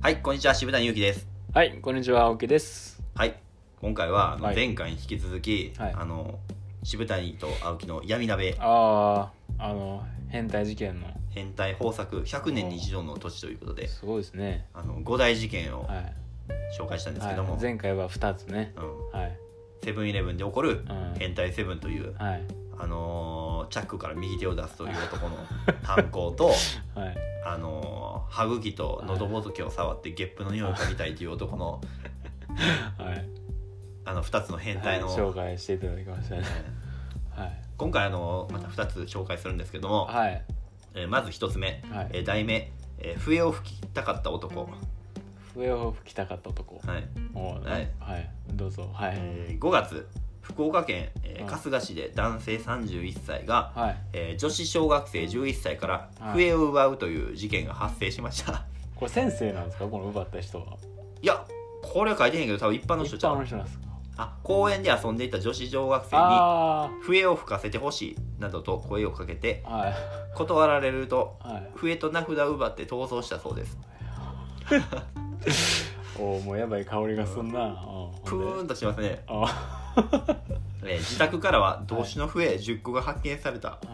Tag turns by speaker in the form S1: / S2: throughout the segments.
S1: はい、こんにちは、渋谷祐樹です。
S2: はい、こんにちは、青木です。
S1: はい、今回は
S2: はい
S1: 前回に引き続き、
S2: はい
S1: 渋谷と青木の闇鍋
S2: 変態事件の
S1: 変態豊作100年に一度の年ということで、
S2: すごいですね。
S1: 5大事件を
S2: はい
S1: 紹介したんですけども、
S2: 前回は2つね。はい、
S1: セブンイレブンで起こる
S2: うん
S1: 変態セブンという、
S2: はい、
S1: チャックから右手を出すという男の炭鉱と、
S2: はい、
S1: 歯茎と喉仏を触ってゲップの匂いを嗅ぎたいという男の
S2: はい、
S1: 2つの変態の、
S2: 紹介していただきましたね。はい、
S1: 今回また2つ紹介するんですけども、
S2: はい、
S1: まず1つ目、
S2: はい
S1: 題名、笛を吹きたかった男。
S2: 笛を吹きたかった男。
S1: はい、
S2: はい、どうぞ。はい、
S1: 5月福岡県、
S2: うん
S1: 春日市で男性31歳が、
S2: はい、
S1: 女子小学生11歳から
S2: はい
S1: 笛を奪うという事件が発生しました。
S2: これ先生なんですか、この奪った人は。
S1: いや、これは書いてへんけど多分一般の人ちゃう。
S2: 一般の人なんですか。
S1: 公園で遊んでいた女子小学生に笛を吹かせてほしいなどと声をかけて、
S2: はい、
S1: 断られると、
S2: はい、
S1: 笛と名札を奪って逃走したそうです。
S2: おー、もうやばい香りがすんな。
S1: プーンとしますね。
S2: あ
S1: 自宅からは同種の笛10個が発見された。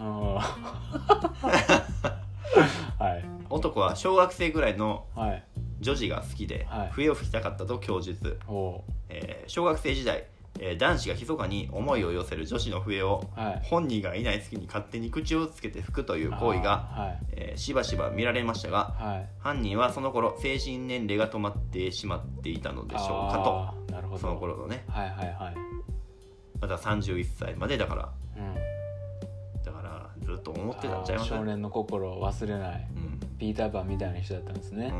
S2: はい、
S1: 男は小学生ぐらいの
S2: はい、
S1: 女児が好きで、
S2: はい、
S1: 笛を吹きたかったと供述。
S2: お
S1: 小学生時代、男子が密かに思いを寄せる女子の笛を、
S2: はい、
S1: 本人がいない隙に勝手に口をつけて吹くという行為が、
S2: はい、
S1: しばしば見られましたが、
S2: はい、
S1: 犯人はその頃精神年齢が止まってしまっていたのでしょうかと。
S2: なるほど。
S1: その頃のね、
S2: はいはいはい、
S1: また31歳までだから、
S2: うん、
S1: だからずっと思ってたんちゃいますか。
S2: 少年の心を忘れない、
S1: うん、
S2: ピーターパンみたいな人だったんですね。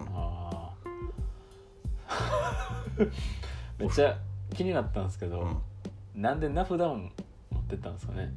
S2: めっちゃ気になったんですけど、なんで名札を持ってったんですかね。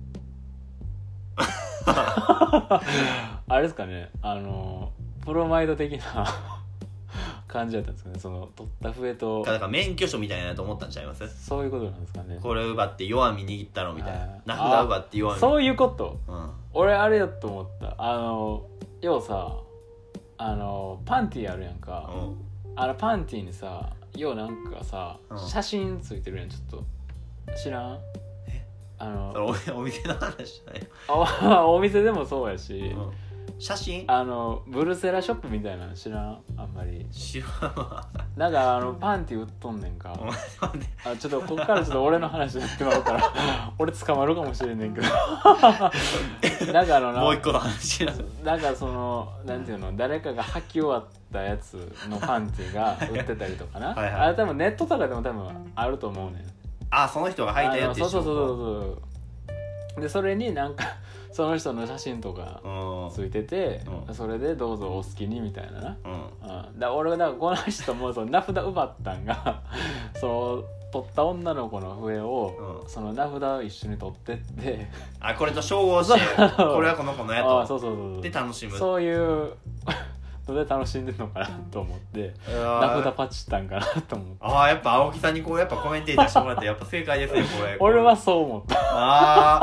S2: あれですかね、プロマイド的な感じだったんですかね、その取った笛と。
S1: だから免許証みたいなと思ったんちゃいます。
S2: そういうことなんですかね。
S1: これ奪って弱み握ったろみたいな、名札奪って弱み。
S2: そういうこと、俺あれだと思った。要はさ、パンティーあるやんか、パンティーにさ、要はなんかさ、写真ついてるやん。ちょっと知らん？
S1: お店の話じゃない
S2: お店でもそうやし、
S1: 写真
S2: ブルセラショップみたいなの知らん？あんまり
S1: 知らんわ。
S2: なんかパンティー売っとんねんか。ちょっとこっからちょっと俺の話になってまうから俺捕まるかもしれんねんけどなんか
S1: もう一個の話
S2: なんかそのなんていうの、誰かが履き終わったやつのパンティーが売ってたりとかな。はい、あれ多分ネットとかでも多分あると思うねん。
S1: その人が履いたやつでしょ。
S2: そうで、それになんかその人の写真とかついてて、それでどうぞお好きにみたいなな。俺がだからこの人もその名札奪ったんがその取った女の子の笛を、その名札を一緒に取ってって
S1: これと照合してこれはこの子のやとで楽しむ、
S2: そういうので楽しんでるのかなと思って名札パチったんかなと思って。
S1: やっぱ青木さんにこうやっぱコメンテーターしてもらってやっぱ正解ですねこれ。
S2: 俺はそう思った。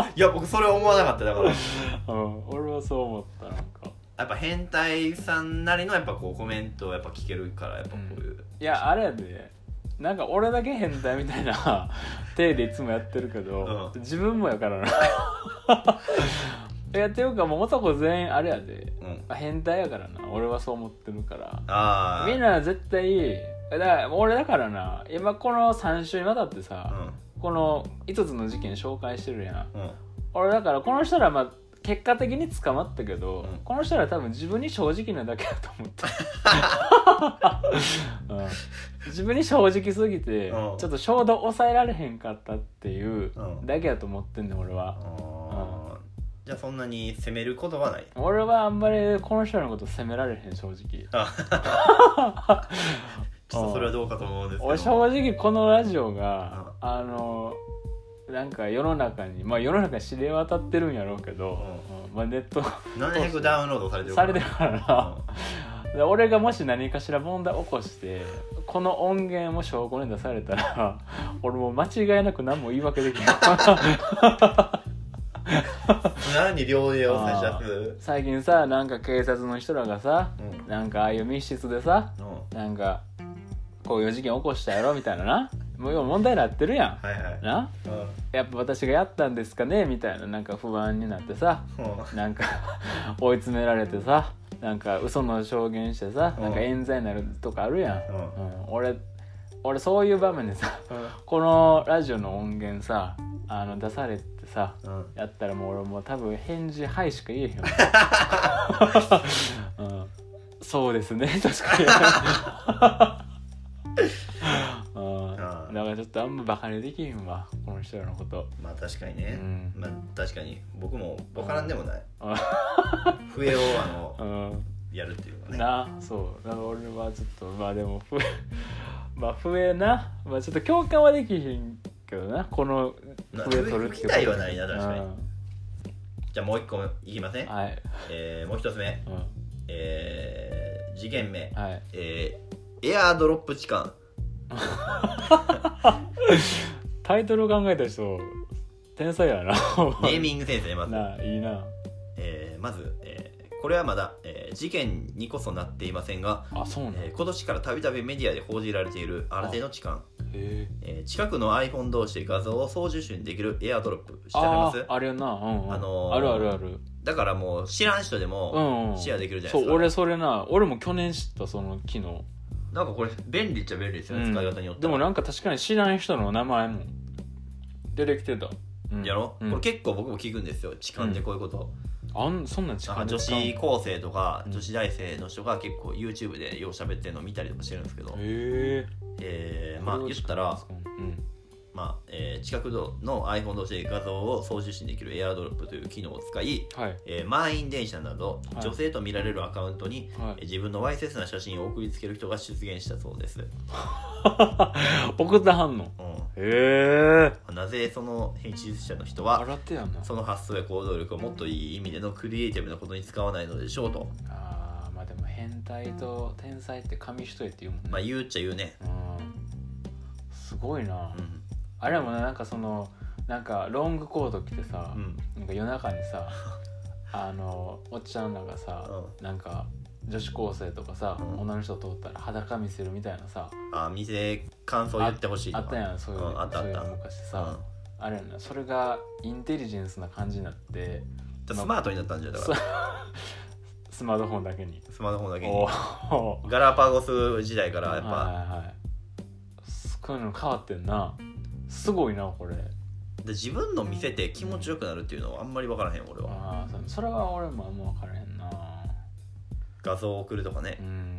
S1: いや僕それ思わなかった。だから
S2: 俺はそう思った。なんか
S1: やっぱ変態さんなりのやっぱこうコメントをやっぱ聞けるからやっぱこういう、
S2: いやあれやで、なんか俺だけ変態みたいな体でいつもやってるけど、自分もやからな。いやっていうかもう男全員あれやで、変態やからな。俺はそう思ってるから。みんな絶対俺だからな、今この3週にわたってさ、この5つの事件紹介してるやん。俺だからこの人ら結果的に捕まったけど、この人ら多分自分に正直なだけだと思った。自分に正直すぎて、ちょっと衝動抑えられへんかったっていうだけだと思ってんねん俺は。
S1: じゃあそんなに責めることはない。
S2: 俺はあんまりこの人のこと責められへん、正直。
S1: ちょっとそれはどうかと思うんですけど、
S2: 俺正直このラジオがなんか世の中に知れ渡ってるんやろうけど、ネット
S1: 700ダウンロードされてる
S2: からな。で俺がもし何かしら問題起こしてこの音源も証拠に出されたら俺もう間違いなく何も言い訳できない。
S1: 何両手を差し出す。
S2: 最近さ、なんか警察の人らがさ、なんかああいう密室でさ、 なんかこういう事件起こしたやろみたいなな、もう問題になってるやん、
S1: はいはい、
S2: な、やっぱ私がやったんですかねみたいな、なんか不安になってさ、なんか追い詰められてさ、なんか嘘の証言してさ、なんか冤罪になるとかあるやん、俺そういう場面でさ、このラジオの音源さ出されてさ、やったらもう俺もう多分返事はいしか言えへんよ、そうですねとしか言えないだからちょっとあんまバカにできへんわこの人らのこと。
S1: まあ確かにね、まあ確かに僕も分からんでもない、笛をやるっていうかね
S2: な。そうだから俺はちょっとまあでも笛な、まあちょっと共感はできひんけどな、この笛取るって
S1: 吹きたいはないな確かに。じゃあもう一個いきますね。はい。もう一つ目、次元目、はい、エアードロップ痴漢。
S2: タイトル考えた人天才やな。ネ
S1: ーミングセンスねまず。
S2: いいな。
S1: まず、これはまだ、事件にこそなっていませんが、
S2: そうなん
S1: 今年からたびたびメディアで報じられている新手の痴漢。近くの iPhone 同士で画像を送受信できるエアドロップ知ってます？
S2: あれよな、あるあるある。
S1: だからもう知らん人でもシェアできるじゃないですか。
S2: そう俺それな、俺も去年知ったその機能。
S1: なんかこれ便利っちゃ便利ですよね、使い方によって。
S2: でもなんか確かに知らん人の名前も出てきてた。
S1: やろ？これ結構僕も聞くんですよ、痴漢でこういうこと。
S2: そんなん痴漢
S1: 女子高生とか女子大生の人が結構 YouTube でよう喋ってるのを見たりとかしてるんですけど、まあ言ったら、まあ近くの iPhone 同士で画像を送受信できるエアドロップという機能を使い、満員電車など女性と見られるアカウントに自分のわいせつな写真を送りつける人が出現したそうです。
S2: 送ってはんの？
S1: なぜその編集者の人はその発想や行動力をもっといい意味でのクリエイティブなことに使わないのでしょうと。
S2: まあでも変態と天才って紙一重って言うもんね。
S1: まあ言うっちゃ言うね。
S2: すごいな。あれもね、なんかそのなんかロングコート着てさ、なんか夜中にさおっちゃんらがさ、なんか女子高生とかさ、女の人通ったら裸見せるみたいなさ、
S1: 店感想言ってほしい
S2: あったやん、そういうの昔さ、あれやな、それがインテリジェンスな感じになって
S1: スマートになったんじゃだから
S2: スマートフォンだけに
S1: ガラパゴス時代からやっぱ
S2: そういうの変わってんな。すごいなこれで。
S1: 自分の見せて気持ちよくなるっていうのはあんまり分からへん俺は。
S2: それは俺もあんま分からへんな。
S1: 画像を送るとかね。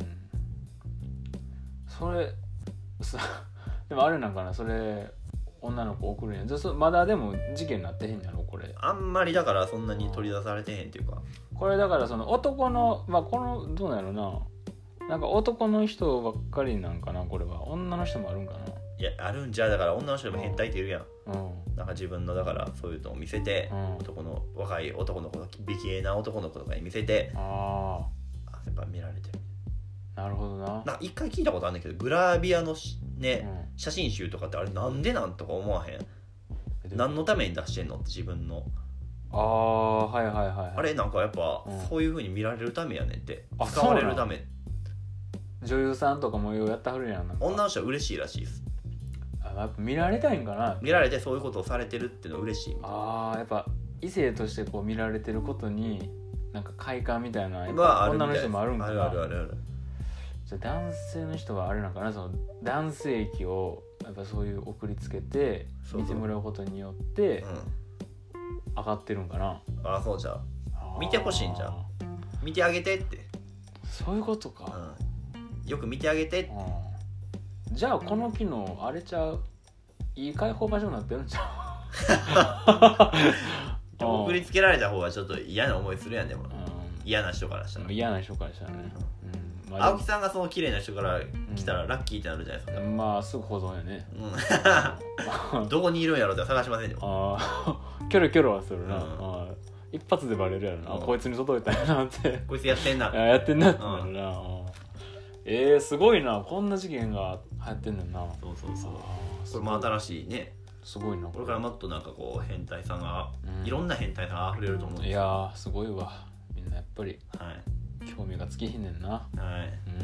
S2: それでもあれなんかな、それ女の子送るんや。まだでも事件になってへんやろこれ。
S1: あんまりだからそんなに取り出されてへんっていうか。
S2: これだからその男のこのどうなんやろな、なんか男の人ばっかりなんかなこれは。女の人もあるんかな。
S1: いやあるんじゃ。だから女の人でも変態っているやん。なんか自分のだからそういうのを見せて、若い男の子の美形な男の子とかに見せて、やっぱ見られてる。
S2: なるほどな。
S1: なんか一回聞いたことあるんだけど、グラビアのね、写真集とかってあれなんでなんとか思わへん？何のために出してんのって自分の。あれなんかやっぱ、そういう風に見られるためやねんって。使われるため。
S2: 女優さんとかもようやったはるやん。
S1: 女の人は嬉しいらしいです。
S2: やっぱ見られたいんかな。
S1: 見られてそういうことをされてるっていうのは嬉しい。
S2: やっぱ異性としてこう見られてることになんか快感みたいな女の人もあるんかな。ある。じゃあ男性の人はあれなんかな、その男性器をやっぱそういう送りつけて見てもらうことによって上がってるんかな。
S1: そうじゃ見てほしいんじゃん。見てあげてって。
S2: そういうことか。
S1: よく見てあげてって。
S2: じゃあこの機能あれちゃう、いい開放場所になってるんちゃ
S1: う送りつけられた方がちょっと嫌な思いするやん。でも嫌な人からしたらね。青木さんがその綺麗な人から来たらラッキーってなるじゃないですか。
S2: まあすぐ保存やね。
S1: どこにいるんやろって探しませんよ。
S2: キョロキョロはするな。一発でバレるやろな。こいつに届いたんやなって。
S1: こいつやってんなって
S2: なるな。すごいな、こんな事件が流行ってんねんな。
S1: そうこれも新しいね。
S2: すごいな。
S1: これからもっとなんかこう変態さんが、いろんな変態さんが溢れると思うんですよ。
S2: いやすごいわ。みんなやっぱり興味が尽きひんねんな。